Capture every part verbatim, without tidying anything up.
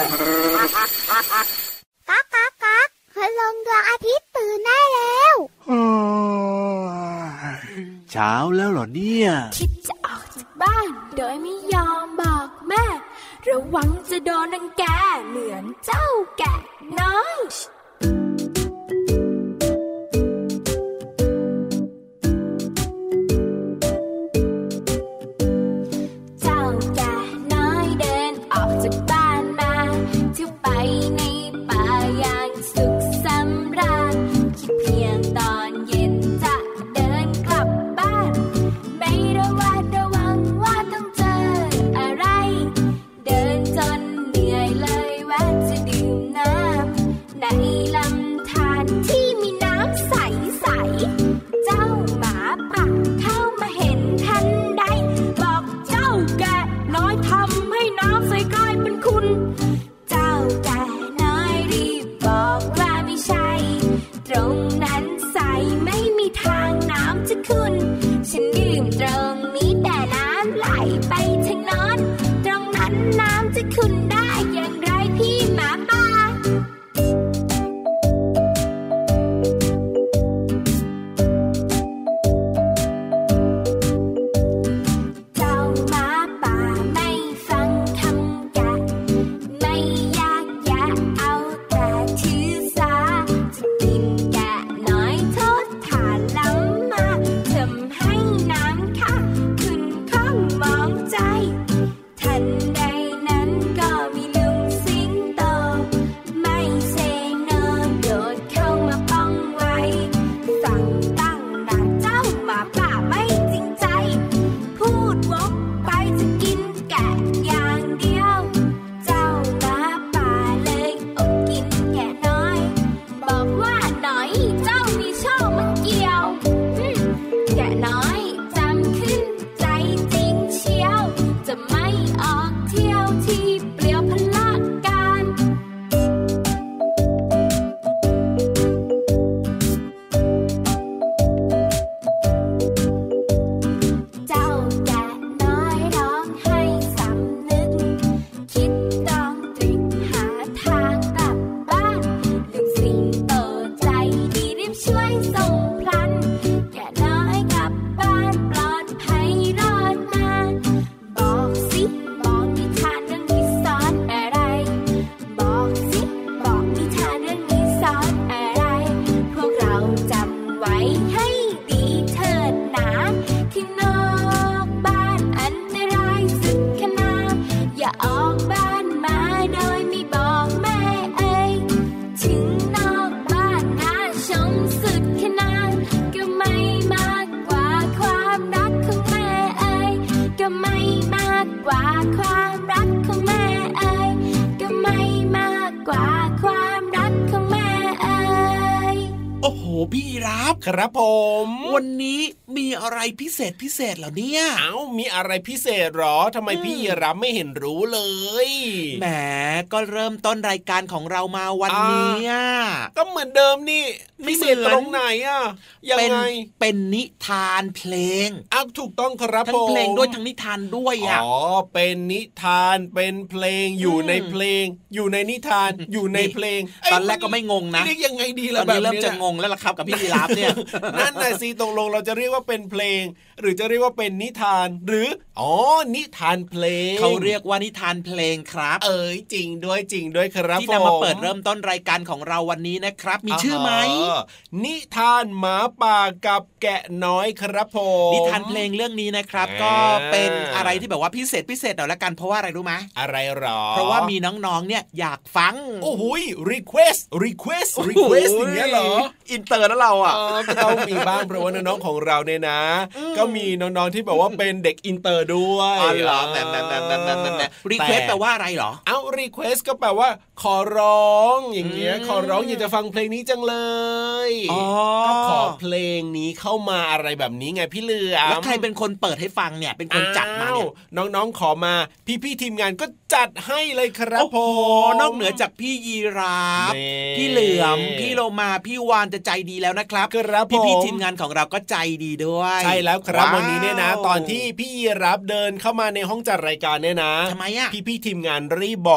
ก๊ากก๊ากก๊ากคืลงดวงอาทิตย์ตื่นได้แล้วเช้าแล้วเหรอเนี่ยคิดจะออกจากบ้านโดยไม่ยอมบอกแม่ระวังจะโดนรังแกเหมือนเจ้าแกะน้อยครับผมวันนี้มีอะไรพิเศษพิเศษเหรอเนี่ยเอ้ามีอะไรพิเศษหรอทำไมพี่รับไม่เห็นรู้เลยแหมก็เริ่มต้นรายการของเรามาวันนี้ก็เหมือนเดิมนี่พิเศษตรงไหนอ่ะยังไงเป็นนิทานเพลงอ้าวถูกต้องครับผมทั้งเพลงด้วยทั้งนิทานด้วยอ่ะอ๋อเป็นนิทานเป็นเพลงอยู่ในเพลงอยู่ในนิทานอยู่ในเพลงตอนแรกก็ไม่งงนะเรียกยังไงดีล่ะแบบนี้เริ่มจะงงแล้วล่ะครับกับพี่ยีราฟเนี่ยนั่นน่ะสิตรงลงเราจะเรียกว่าเป็นเพลงหรือจะเรียกว่าเป็นนิทานหรืออ๋อนิทานเพลงเขาเรียกว่านิทานเพลงครับเอ๋ยจริงด้วยจริงด้วยครับที่นำมาเปิดเริ่มต้นรายการของเราวันนี้นะครับมีชื่อไหมนิทานหมาป่ากับแกะน้อยครับผมนิทานเพลงเรื่องนี้นะครับก็เป็นอะไรที่แบบว่าพิเศษพิเศษหน่อยละกันเพราะว่าอะไรรู้ไหมอะไรหรอเพราะว่ามีน้องๆเนี่ยอยากฟังโอ้โห request request request อย่างเงี้ยเหรออินเตอร์แล้วเราอ่ะก็ต้องมีบ้างเพราะว่าน้องๆของเราเนี่ยนะก็มีน้องๆที่แบบว่าเป็นเด็กอินเตอร์ด้วยอ๋อเหรอแหมแหมแหมแหมแหมแหม request แปลว่าอะไรหรอเอ้า request ก็แปลว่าขอร้องอย่างเงี้ยขอร้องอยากจะฟังเพลงนี้จังเลยก็ขอเพลงนี้เข้ามาอะไรแบบนี้ไงพี่เหลือมแล้วใครเป็นคนเปิดให้ฟังเนี่ยเป็นคนจัดมาเนี่ยน้องๆขอมาพี่ๆทีมงานก็จัดให้เลยครับผมนอกเหนือจากพี่ยีราฟพี่เหลือมพี่โลมาพี่วานจะใจดีแล้วนะครับพี่ๆทีมงานของเราก็ใจดีด้วยใช่แล้วครับวันนี้เนี่ยนะตอนที่พี่ยีราฟเดินเข้ามาในห้องจัดรายการเนี่ยนะทำไมอ่ะพี่ๆทีมงานรีบบอก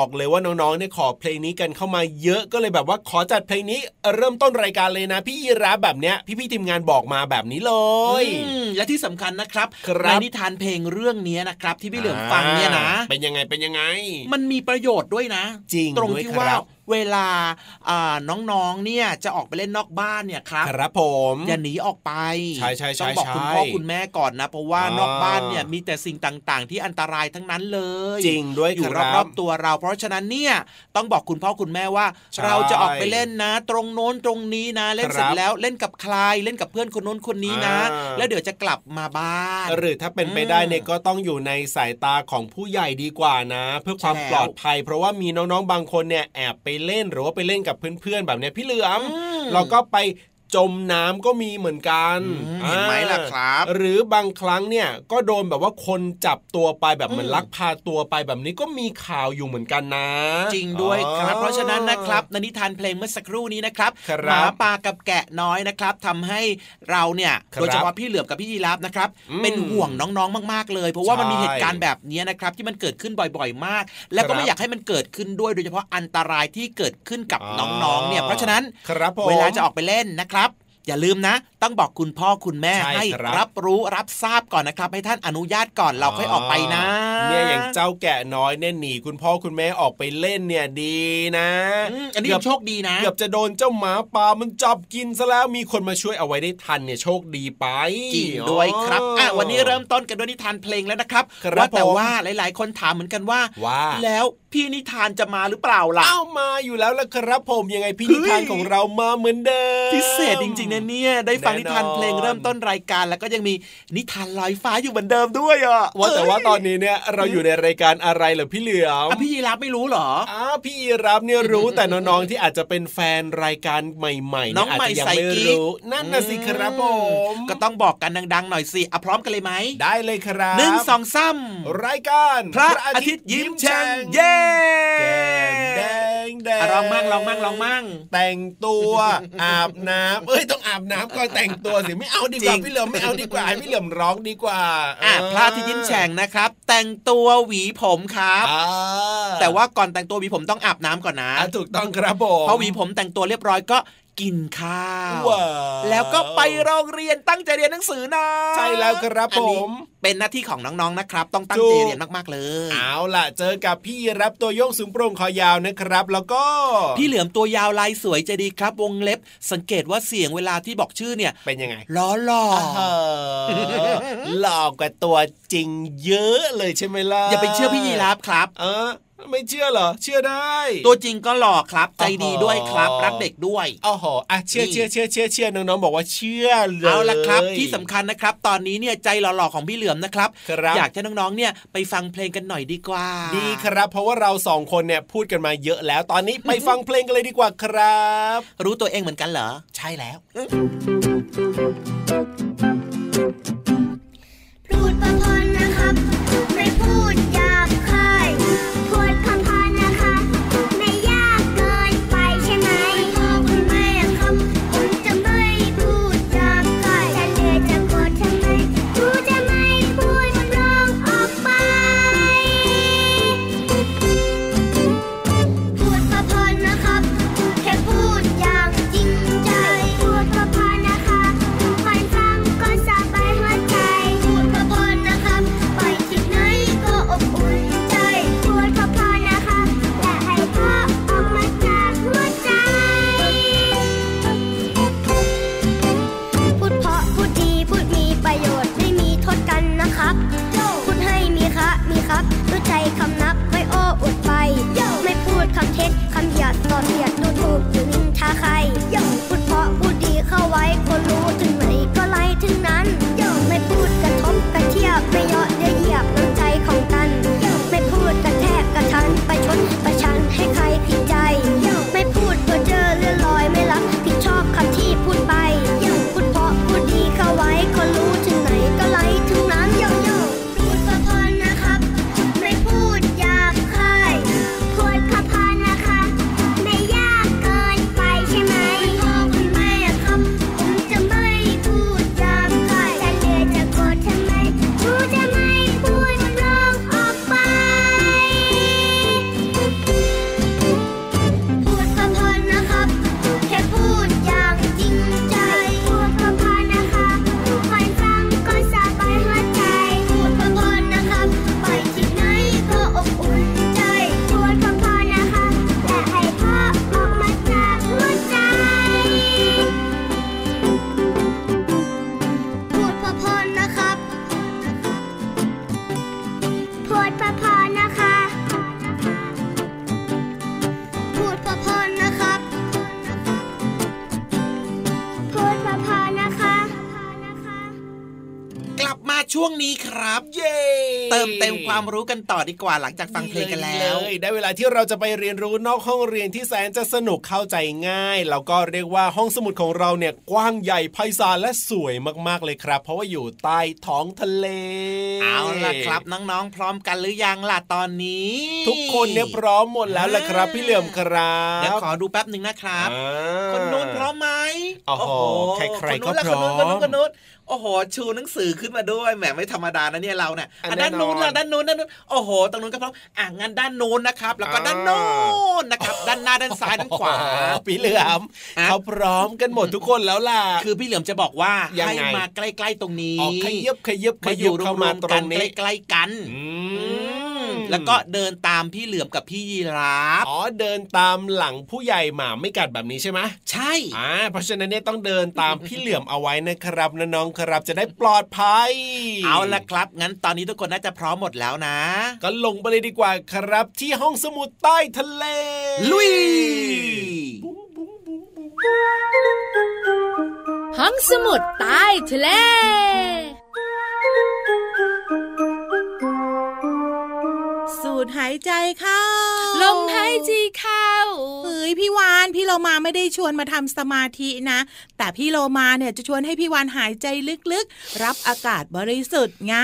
บอกเลยว่าน้องๆเนี่ยขอเพลงนี้กันเข้ามาเยอะก็เลยแบบว่าขอจัดเพลงนี้เริ่มต้นรายการเลยนะพี่ยีราฟแบบเนี้ยพี่ๆทีมงานบอกมาแบบนี้เลยและที่สำคัญนะครับในนิทานเพลงเรื่องนี้นะครับที่พี่เหลือมฟังเนี่ยนะเป็นยังไงเป็นยังไงมันมีประโยชน์ด้วยนะจริงตรงที่ว่าเวลาน้องๆเนี่ยจะออกไปเล่นนอกบ้านเนี่ยครับครับผมอย่าหนีออกไปใช่ใช่ใช่ต้องบอกคุณพ่อคุณแม่ก่อนนะเพราะว่านอกบ้านเนี่ยมีแต่สิ่งต่างๆที่อันตรายทั้งนั้นเลยจริงด้วยอยู่รอบๆตัวเราเพราะฉะนั้นเนี่ยต้องบอกคุณพ่อคุณแม่ว่าเราจะออกไปเล่นนะตรงโน้นตรงนี้นะเล่นเสร็จแล้วเล่นกับใครเล่นกับเพื่อนคนโน้นคนนี้นะแล้วเดี๋ยวจะกลับมาบ้านหรือถ้าเป็นไปได้เนี่ยก็ต้องอยู่ในสายตาของผู้ใหญ่ดีกว่านะเพื่อความปลอดภัยเพราะว่ามีน้องๆบางคนเนี่ยแอบไปเล่นหรือว่าไปเล่นกับเพื่อนๆแบบเนี้ยพี่เหลือมเราก็ไปจมน้ำก็มีเหมือนกันเห็นไหมล่ะครับหรือบางครั้งเนี่ยก็โดนแบบว่าคนจับตัวไปแบบเหมือนลักพาตัวไปแบบนี้ก็มีข่าวอยู่เหมือนกันนะจริงด้วยครับเพราะฉะนั้นนะครับในนิทานเพลงเมื่อสักครู่นี้นะครับหมาป่ากับแกะน้อยนะครับทำให้เราเนี่ยโดยเฉพาะพี่เหลือมกับพี่ยีราฟนะครับเป็นห่วงน้องๆมากๆเลยเพราะว่ามันมีเหตุการณ์แบบนี้นะครับที่มันเกิดขึ้นบ่อยๆมากแล้วก็ไม่อยากให้มันเกิดขึ้นด้วยโดยเฉพาะอันตรายที่เกิดขึ้นกับน้องๆเนี่ยเพราะฉะนั้นเวลาจะออกไปเล่นนะครับอย่าลืมนะต้องบอกคุณพ่อคุณแม่ให้รับรู้รับทราบก่อนนะครับให้ท่านอนุญาตก่อนเราค่อยออกไปนะเนี่ยอย่างเจ้าแกะน้อยเนี่ยหนีคุณพ่อคุณแม่ออกไปเล่นเนี่ยดีนะอันนี้โชคดีนะเกือบจะโดนเจ้าหมาป่ามันจับกินซะแล้วมีคนมาช่วยเอาไว้ได้ทันเนี่ยโชคดีไปจริงด้วยครับอ่ะวันนี้เริ่มต้นกันด้วยนิทานเพลงแล้วนะครับว่าแต่ว่าหลายๆคนถามเหมือนกันว่าแล้วพี่นิทานจะมาหรือเปล่าล่ะอ้าวมาอยู่แล้วล่ะครับผมยังไงพี่นิทานของเรามาเหมือนเดิมพิเศษจริงๆนะเนี่ยได้ฟังนิทานเพลงเริ่มต้นรายการแล้วก็ยังมีนิทานลอยฟ้าอยู่เหมือนเดิมด้วยอ่ะว่าแต่ว่าตอนนี้เนี่ยเราอยู่ในรายการอะไรเหรอพี่เหลือมพี่ยีราฟไม่รู้เหรออ้าวพี่ยีราฟเนี่ยรู้แต่น้องๆที่อาจจะเป็นแฟนรายการใหม่ๆเนี่ยอาจจะยังไม่รู้นั่นน่ะสิครับผมก็ต้องบอกกันดังๆหน่อยสิอ่ะพร้อมกันเลยไหมได้เลยครับหนึ่งสองสามรายการพระอาทิตย์ยิ้มแฉ่งเย้แดงแดงลองมั่งลองมั่งลองมั่งแต่งตัวอาบน้ำเอ้ยต้องอาบน้ำก่อนแต่งตัวสิไม่เอาดีกว่าพี่เหลือมไม่เอาดีกว่าให้พี่เหลือมร้องดีกว่าอ่ะพระอาทิตย์ยิ้มแฉ่งนะครับแต่งตัวหวีผมครับแต่ว่าก่อนแต่งตัวหวีผมต้องอาบน้ำก่อนนะถูกต้องครับผมพอหวีผมแต่งตัวเรียบร้อยก็กินข้าวแล้วก็ไปโรงเรียนตั้งใจเรียนหนังสือนะใช่แล้วครับผมเป็นหน้าที่ของน้องๆนะครับต้องตั้งใจเรียนมากๆเลยเอาล่ะเจอกับพี่รับตัวโยงสูงโปร่งคอยาวนะครับแล้วก็พี่เหลือมตัวยาวลายสวยใจดีครับวงเล็บสังเกตว่าเสียงเวลาที่บอกชื่อเนี่ยเป็นยังไงล้อหล่อหล่อกว่าตัวจริงเยอะเลยใช่ไหมล่ะอย่าไปเชื่อพี่ยีราฟครับเออไม่เชื่อเหรอเชื่อได้ตัวจริงก็หล่อครับใจดีด้วยครับรักเด็กด้วยอ๋อโหอ่ะเชื่อเชื่อเชื่อเชื่อเชื่อน้องๆบอกว่าเชื่อเลยเอาละครับที่สำคัญนะครับตอนนี้เนี่ยใจหล่อๆของพี่เหลือมนะครับอยากให้น้องๆเนี่ยไปฟังเพลงกันหน่อยดีกว่าดีครับเพราะว่าเราสองคนเนี่ยพูดกันมาเยอะแล้วตอนนี้ไปฟังเพลงกันเลยดีกว่าครับรู้ตัวเองเหมือนกันเหรอใช่แล้วพูดพอๆนะครับไม่พูดหยาบคายพูดคำพอนะคะไม่ยากเกินไปใช่ไหมพ่อคุณแม่ครับผมจะไม่พูดหยาบคายถ้าเดือดจะโกรธทำไมกูจะไม่พูดร้องออกไปพูดพอๆนะครับแค่พูดอย่างจริงใจพูดพอๆนะคะคนฟังก็สบายหัวช่วงนี้ครับเย้เติมเต็มความรู้กันต่อดีกว่าหลังจากฟังเพลงกันแล้วได้เวลาที่เราจะไปเรียนรู้นอกห้องเรียนที่แสนจะสนุกเข้าใจง่ายแล้วก็เรียกว่าห้องสมุดของเราเนี่ยกว้างใหญ่ไพศาลและสวยมากๆเลยครับเพราะว่าอยู่ใต้ท้องทะเลเอาล่ะครับน้องๆพร้อมกันหรือยังล่ะตอนนี้ทุกคนเนี่ยพร้อมหมดแล้วล่ะครับพี่เหลื่อมครับเดี๋ยวขอดูแป๊บนึงนะครับคนนู้นพร้อมไหมโอ้โหใครๆก็พร้อมคนนู้นคนนู้นโอ้โหชูหนังสือขึ้นมาด้วยแหมไม่ธรรมดานะเนี่ยเราเนี่ยด้านนู้นล่ะด้านนู้นด้านนู้นโอ้โหตรงนู้นก็พร้อมอ่ะงั้นด้านนู้นนะครับแล้วก็ด้านโน้นนะครับด้านหน้าด้านซ้ายด้านขวาพี่เหลือมเขาพร้อมกันหมดทุกคนแล้วล่ะคือพี่เหลือมจะบอกว่าให้มาใกล้ๆตรงนี้ขยับขยับขยับเข้ามาตรงนี้ใกล้ๆกันแล้วก็เดินตามพี่เหลือมกับพี่ยีราฟอ๋อเดินตามหลังผู้ใหญ่หมาไม่กัดแบบนี้ใช่ไหมใช่อ่าเพราะฉะนั้นเนี่ยต้องเดินตามพี่เหลือมเอาไว้นะครับน้องๆครับจะได้ปลอดภัยเอาละครับงั้นตอนนี้ทุกคนน่าจะพร้อมหมดแล้วนะก็ลงไปเลยดีกว่าครับที่ห้องสมุดใต้ทะเลลุยห้องสมุดใต้ทะเลสูดหายใจเข้าลมหายใจเข้าเฮ้ยพี่วานพี่โลมาไม่ได้ชวนมาทำสมาธินะแต่พี่โลมาเนี่ยจะชวนให้พี่วานหายใจลึกๆรับอากาศบริสุทธิ์ไง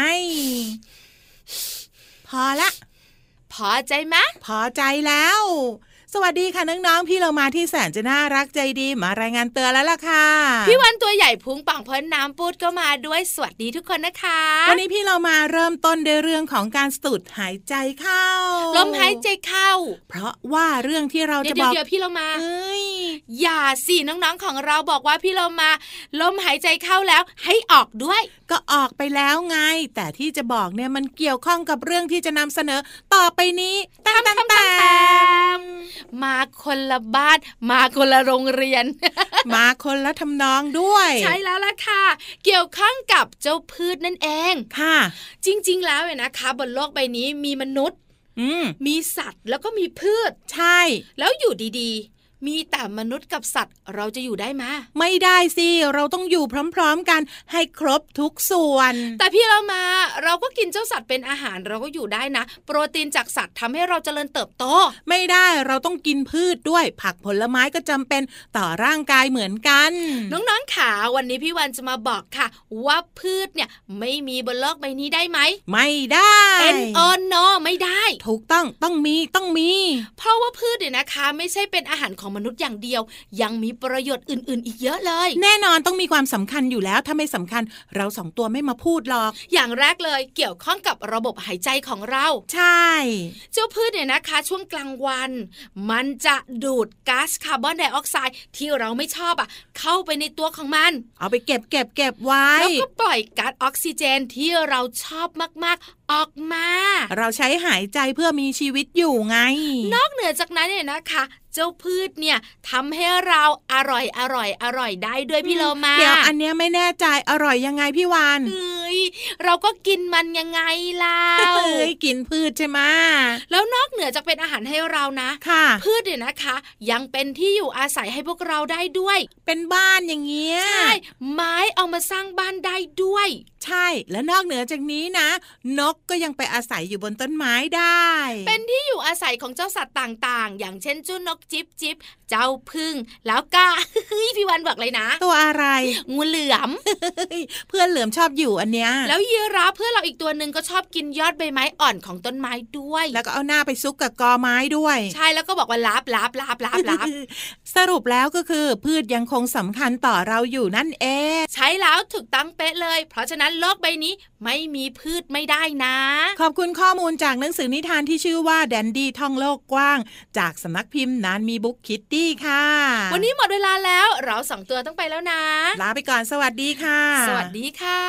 พอละพอใจไหมพอใจแล้วสวัสดีค่ะน้องๆพี่เรามาที่แสนจะน่ารักใจดีมารายงานเตือนแล้วล่ะค่ะพี่วันตัวใหญ่พุงป่องพ้นน้ำปูดก็มาด้วยสวัสดีทุกคนนะคะวันนี้พี่เรามาเริ่มต้นด้วยเรื่องของการสูดหายใจเข้าลมหายใจเข้าเพราะว่าเรื่องที่เราจะบอกเดี๋ยวพี่เรามาเอ้ยอย่าสิน้องๆของเราบอกว่าพี่เรามาลมหายใจเข้าแล้วให้ออกด้วยก็ออกไปแล้วไงแต่ที่จะบอกเนี่ยมันเกี่ยวข้องกับเรื่องที่จะนำเสนอต่อไปนี้ตามตามตามมาคนละบ้านมาคนละโรงเรียนมาคนละทำนองด้วยใช่แล้วล่ะค่ะเกี่ยวข้องกับเจ้าพืชนั่นเองค่ะจริงๆแล้วเนี่ยนะคะบนโลกใบนี้มีมนุษย์มีสัตว์แล้วก็มีพืชใช่แล้วอยู่ดีๆมีแต่มนุษย์กับสัตว์เราจะอยู่ได้ไหมไม่ได้สิเราต้องอยู่พร้อมๆกันให้ครบทุกส่วนแต่พี่เรามาเราก็กินเจ้าสัตว์เป็นอาหารเราก็อยู่ได้นะโปรตีนจากสัตว์ทำให้เราเจริญเติบโตไม่ได้เราต้องกินพืชด้วยผักผลไม้ก็จำเป็นต่อร่างกายเหมือนกันน้องๆขาวันนี้พี่วันจะมาบอกค่ะว่าพืชเนี่ยไม่มีบนโลกใบนี้ได้ไหมไม่ได้ N O No ไม่ได้ถูกต้องต้องมีต้องมีเพราะว่าพืชเนี่ยนะคะไม่ใช่เป็นอาหารของมนุษย์อย่างเดียวยังมีประโยชน์อื่นๆอีกเยอะเลยแน่นอนต้องมีความสำคัญอยู่แล้วถ้าไม่สำคัญเราสองตัวไม่มาพูดหรอกอย่างแรกเลยเกี่ยวข้องกับระบบหายใจของเราใช่เจ้าพืชเนี่ยนะคะช่วงกลางวันมันจะดูดก๊าซคาร์บอนไดออกไซด์ที่เราไม่ชอบอ่ะเข้าไปในตัวของมันเอาไปเก็บเก็บเก็บไว้แล้วก็ปล่อยก๊าซออกซิเจนที่เราชอบมากๆออกมาเราใช้หายใจเพื่อมีชีวิตอยู่ไงนอกเหนือจากนั้นเนี่ยนะคะเจ้าพืชเนี่ยทำให้เราอร่อยอร่อยอร่อยได้ด้วยพี่โลมาเดี๋ยวอันเนี้ยไม่แน่ใจอร่อยยังไงพี่วานเอ้ยเราก็กินมันยังไงล่ะเอ้ยกินพืชใช่ไหมแล้วนอกเหนือจากเป็นอาหารให้เรานะค่ะพืชเนี่ยนะคะยังเป็นที่อยู่อาศัยให้พวกเราได้ด้วยเป็นบ้านอย่างเงี้ยใช่ไม้เอามาสร้างบ้านได้ด้วยใช่และนอกเหนือจากนี้นะนกก็ยังไปอาศัยอยู่บนต้นไม้ได้เป็นที่อยู่อาศัยของเจ้าสัตว์ต่างๆอย่างเช่นเจ้านกจิ๊บจิ๊บเจ้าพึ่งแล้วก็พี่วันบอกเลยนะตัวอะไรงูเหลือมเพื่อนเหลือมชอบอยู่อันเนี้ยแล้วยีราฟเพื่อนเราอีกตัวนึงก็ชอบกินยอดใบไม้อ่อนของต้นไม้ด้วยแล้วก็เอาหน้าไปซุกกับกอไม้ด้วยใช่แล้วก็บอกว่าลาบลาบลาบลาบลาบสรุปแล้วก็คือพืชยังคงสำคัญต่อเราอยู่นั่นเองใช่แล้วถูกต้องเป๊ะเลยเพราะฉะนั้นโลกใบนี้ไม่มีพืชไม่ได้นะขอบคุณข้อมูลจากหนังสือนิทานที่ชื่อว่าแดนดี้ท่องโลกกว้างจากสำนักพิมพ์นานมีบุ๊กคิตตี้ค่ะวันนี้หมดเวลาแล้วเราสองตัวต้องไปแล้วนะลาไปก่อนสวัสดีค่ะสวัสดีค่ะ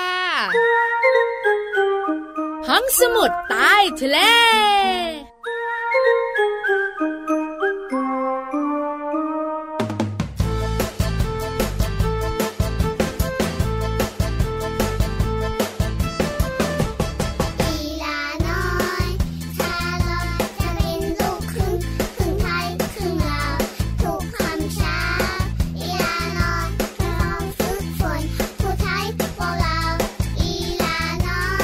ห้องสมุดใต้ทะเลน้อย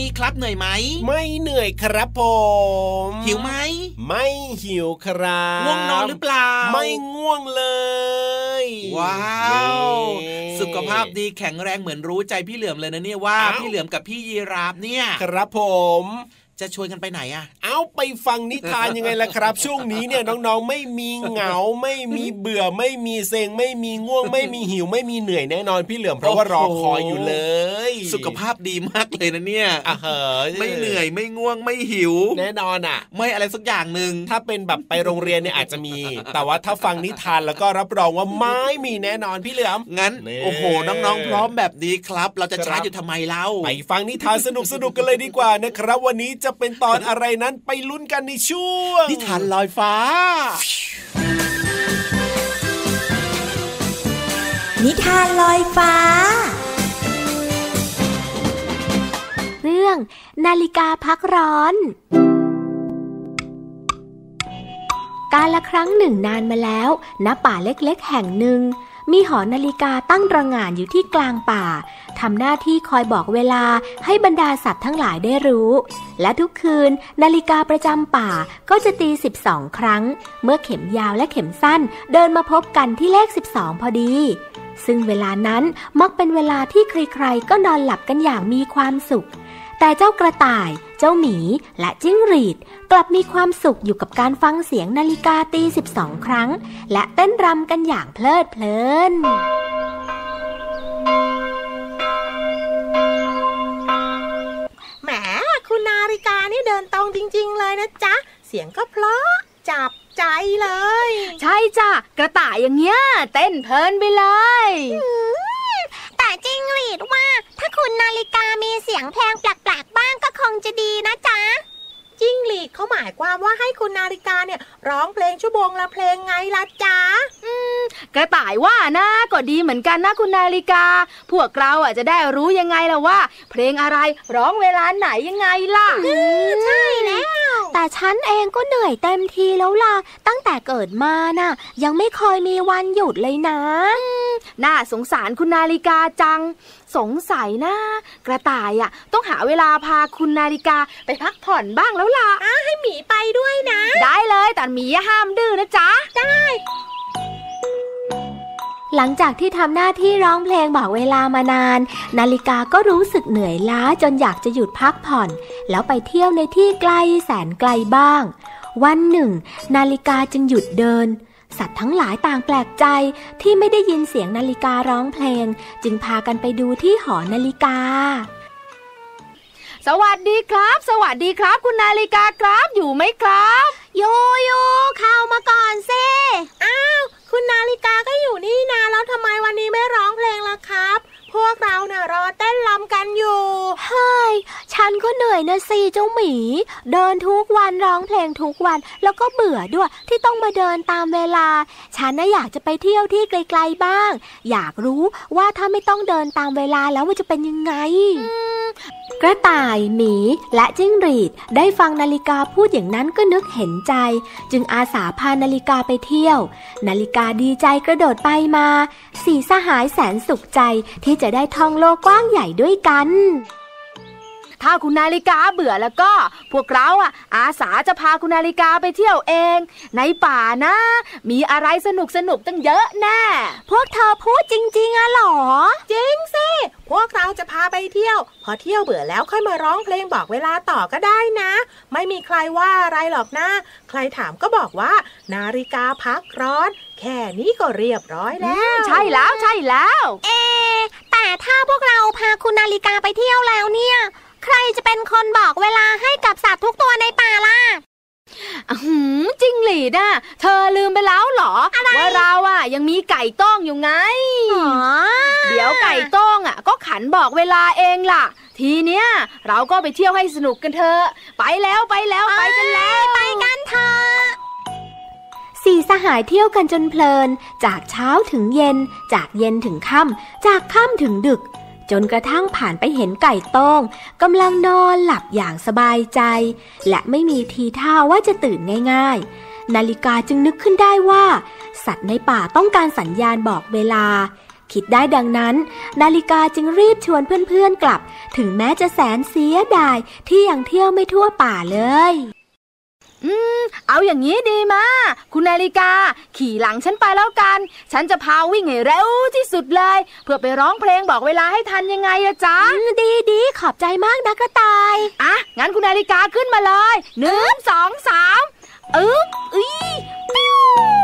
นี้ครับเหนื่อยไหมไม่เหนื่อยครับผมหิวไหมไม่หิวครับง่วงนอนหรือเปล่าไม่ง่วงเลยว้าวสุขภาพดีแข็งแรงเหมือนรู้ใจพี่เหลือมเลยนะเนี่ยว่าพี่เหลือมกับพี่ยีราฟเนี่ยครับผมจะชวนกันไปไหนอะเอาไปฟังนิทานยังไงล่ะครับ ช่วงนี้เนี่ยน้องๆไม่มีเหงาไม่มีเบื่อไม่มีเซ็งไม่มีง่วงไม่มีหิวไม่มีเหนื่อยแน่นอนพี่เหลือมเพราะว่ารอคอยอยู่เลยสุขภาพดีมากเลยนะเนี่ยอ่ะเหอไม่เหนื่อยไม่ง่วงไม่หิวแน่นอนอ่ะไม่อะไรสักอย่างนึงถ้าเป็นแบบไปโรงเรียนเนี่ยอาจจะมีแต่ว่าถ้าฟังนิทานแล้วก็รับรองว่าไม่มีแน่นอนพี่เหลือมงั้นโอ้โหน้องๆพร้อมแบบนี้ครับเราจะช้าอยู่ทำไมเล่าไปฟังนิทานสนุกๆกันเลยดีกว่านะครับวันนี้จะเป็นตอนอะไรนั้นไปลุ้นกันในช่วงนิทานลอยฟ้านิทานลอยฟ้าเรื่องนาฬิกาพักร้อนกาลครั้งหนึ่งนานมาแล้วณป่าเล็กๆแห่งหนึ่งมีหอนาฬิกาตั้งระหง่านอยู่ที่กลางป่าทำหน้าที่คอยบอกเวลาให้บรรดาสัตว์ทั้งหลายได้รู้และทุกคืนนาฬิกาประจำป่าก็จะตีสิบสองครั้งเมื่อเข็มยาวและเข็มสั้นเดินมาพบกันที่เลขสิบสองพอดีซึ่งเวลานั้นมักเป็นเวลาที่ใครๆก็นอนหลับกันอย่างมีความสุขแต่เจ้ากระต่ายเจ้าหมีและจิ้งหรีดกลับมีความสุขอยู่กับการฟังเสียงนาฬิกาตีสิบสองครั้งและเต้นรำกันอย่างเพลิดเพลินแหมคุณนาฬิกานี่เดินตรงจริงๆเลยนะจ๊ะเสียงก็เพราะจับใจเลยใช่จ้ะกระต่ายอย่างเงี้ยเต้นเพลินไปเลยแต่จิ้งหรีดว่าถ้าคุณนาฬิกามีเสียงเพลงแปลกๆบ้างก็คงจะดีนะจ๊ะจิ้งหรีดเขาหมายความว่าให้คุณนาฬิกาเนี่ยร้องเพลงชั่วโมงละเพลงไงล่ะจ๊ะอืมกระต่ายว่านะก็ดีเหมือนกันนะคุณนาฬิกาพวกเราอ่ะจะได้รู้ยังไงล่ะว่าเพลงอะไรร้องเวลาไหนยังไงล่ะใช่แล้วแต่ฉันเองก็เหนื่อยเต็มทีแล้วล่ะตั้งแต่เกิดมาน่ะยังไม่เคยมีวันหยุดเลยนะน่าสงสารคุณนาฬิกาจังสงสัยนะกระต่ายอ่ะต้องหาเวลาพาคุณนาฬิกาไปพักผ่อนบ้างแล้วล่ะให้หมีไปด้วยนะได้เลยแต่หมีห้ามดื้อนะจ๊ะได้หลังจากที่ทำหน้าที่ร้องเพลงบอกเวลามานานนาฬิกาก็รู้สึกเหนื่อยล้าจนอยากจะหยุดพักผ่อนแล้วไปเที่ยวในที่ไกลแสนไกลบ้างวันหนึ่งนาฬิกาจึงหยุดเดินสัตว์ทั้งหลายต่างแปลกใจที่ไม่ได้ยินเสียงนาฬิการ้องเพลงจึงพากันไปดูที่หอนาฬิกาสวัสดีครับสวัสดีครับคุณนาฬิกาครับอยู่ไหมครับโยโย่เข้ามาก่อนสิอ้าวคุณนาฬิกาก็อยู่นี่นาแล้วทำไมวันนี้ไม่ร้องเพลงล่ะครับพวกเราเนี่ยรอเต้นรำกันอยู่เฮ้ยฉันก็เหนื่อยนะสิเจ้าหมีเดินทุกวันร้องเพลงทุกวันแล้วก็เบื่อด้วยที่ต้องมาเดินตามเวลาฉันน่ะอยากจะไปเที่ยวที่ไกลๆบ้างอยากรู้ว่าถ้าไม่ต้องเดินตามเวลาแล้วมันจะเป็นยังไงกระต่ายหมีและจิ้งหรีดได้ฟังนาฬิกาพูดอย่างนั้นก็นึกเห็นใจจึงอาสาพานาฬิกาไปเที่ยวนาฬิกาดีใจกระโดดไปมาสี่สหายแสนสุขใจที่จะได้ท่องโลกกว้างใหญ่ด้วยกันถ้าคุณนาฬิกาเบื่อแล้วก็พวกเราอ่ะอาสาจะพาคุณนาฬิกาไปเที่ยวเองในป่านะมีอะไรสนุกสนุกตั้งเยอะแน่พวกเธอพูดจริงๆอะหรอจริงสิพวกเราจะพาไปเที่ยวพอเที่ยวเบื่อแล้วค่อยมาร้องเพลงบอกเวลาต่อก็ได้นะไม่มีใครว่าอะไรหรอกนะใครถามก็บอกว่านาฬิกาพักร้อนแค่นี้ก็เรียบร้อยแล้วใช่แล้วใช่แล้วเอ๊แต่ถ้าพวกเราพาคุณนาฬิกาไปเที่ยวแล้วเนี่ยใครจะเป็นคนบอกเวลาให้กับสัตว์ทุกตัวในป่าล่ะอืมจริงหลีน่ะเธอลืมไปแล้วเหรอว่าเราอ่ะยังมีไก่ต้งอยู่ไงเดี๋ยวไก่ต้งอ่ะก็ขันบอกเวลาเองล่ะทีเนี้ยเราก็ไปเที่ยวให้สนุกกันเถอะไปแล้วไปแล้วไปกันแล้วไปกันเถอะสี่สหายเที่ยวกันจนเพลินจากเช้าถึงเย็นจากเย็นถึงค่ำจากค่ำถึงดึกจนกระทั่งผ่านไปเห็นไก่ต้งกำลังนอนหลับอย่างสบายใจและไม่มีทีท่าว่าจะตื่นง่ายๆนาฬิกาจึงนึกขึ้นได้ว่าสัตว์ในป่าต้องการสัญญาณบอกเวลาคิดได้ดังนั้นนาฬิกาจึงรีบชวนเพื่อนๆกลับถึงแม้จะแสนเสียดายที่ยังเที่ยวไม่ทั่วป่าเลยอืมเอาอย่างนี้ดีมาคุณนาฬิกาขี่หลังฉันไปแล้วกันฉันจะพาวิ่งให้เร็วที่สุดเลยเพื่อไปร้องเพลงบอกเวลาให้ทันยังไงอะจ๊ะดีดีขอบใจมากนะกระต่ายอ่ะงั้นคุณนาฬิกาขึ้นมาเลยหนึ่งสองสามอึ๊บอีปิ้ว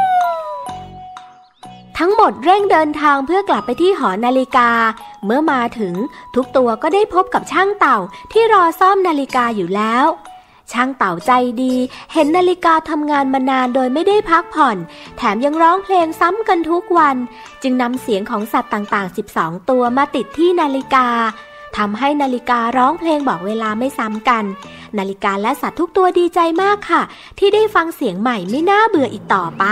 ทั้งหมดเร่งเดินทางเพื่อกลับไปที่หอนาฬิกาเมื่อมาถึงทุกตัวก็ได้พบกับช่างเต่าที่รอซ่อมนาฬิกาอยู่แล้วช่างเต่าใจดีเห็นนาฬิกาทำงานมานานโดยไม่ได้พักผ่อนแถมยังร้องเพลงซ้ำกันทุกวันจึงนำเสียงของสัตว์ต่างๆสิบสองตัวมาติดที่นาฬิกาทำให้นาฬิการ้องเพลงบอกเวลาไม่ซ้ำกันนาฬิกาและสัตว์ทุกตัวดีใจมากค่ะที่ได้ฟังเสียงใหม่ไม่น่าเบื่ออีกต่อไป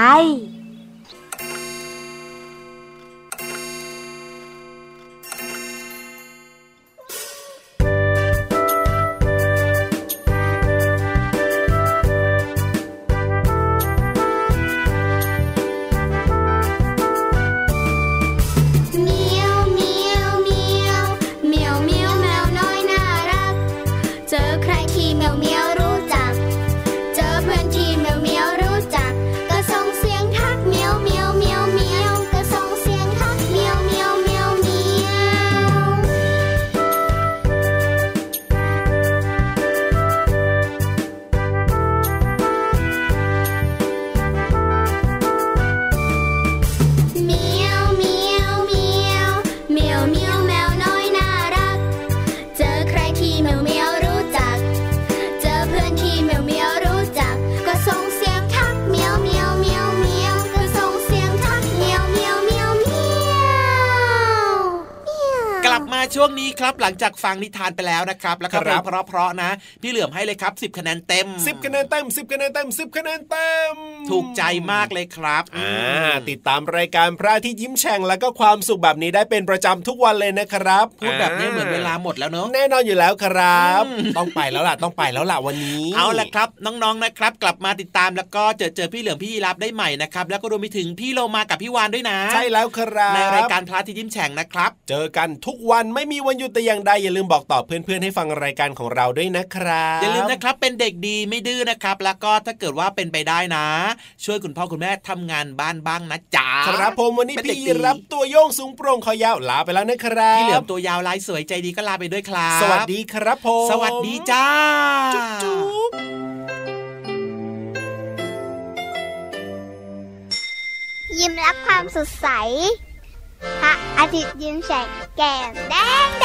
ช่วงนี้ครับหลังจากฟังนิทานไปแล้วนะครับแล้วก็เพลงเพราะๆนะพี่เหลือมให้เลยครับสิบคะแนนเต็มสิบคะแนนเต็มสิบคะแนนเต็มสิบคะแนนเต็มถูกใจมากเลยครับอ่าติดตามรายการพระอาทิตย์ยิ้มแฉ่งแล้วก็ความสุขแบบนี้ได้เป็นประจำทุกวันเลยนะครับพูดแบบนี้เหมือนเวลาหมดแล้วเนอะแน่นอนอยู่แล้วครับต้องไปแล้วล่ะต้องไปแล้วล่ะวันนี้เอาล่ะครับน้องๆนะครับกลับมาติดตามแล้วก็เจอเจอพี่เหลือมพี่ยีรับได้ใหม่นะครับแล้วก็รวมไปถึงพี่โลมากับพี่วานด้วยนะใช่แล้วครับในรายการพระอาทิตย์ยิ้มแฉ่งนะครับเจอกันทุกวันไม่มีวันหยุดแต่อย่างใดอย่าลืมบอกต่อเพื่อนๆให้ฟังรายการของเราด้วยนะครับอย่าลืมนะครับเป็นเด็กดีไม่ดื้อนะครับแล้วก็ถ้าเกิดว่าเป็นไปได้นะช่วยคุณพ่อคุณแม่ทำงานบ้านบ้างนะจ๊ะครับผมวันนี้พี่รับตัวโยงสูงโปร่งคอยาวลาไปแล้วนะครับพี่เหลือมตัวยาวลายสวยใจดีก็ลาไปด้วยครับสวัสดีครับผมสวัสดีจ้าจุ๊บยิ้มรับความสดใสพระอาทิตย์ยิ้มแฉกแก้มแดง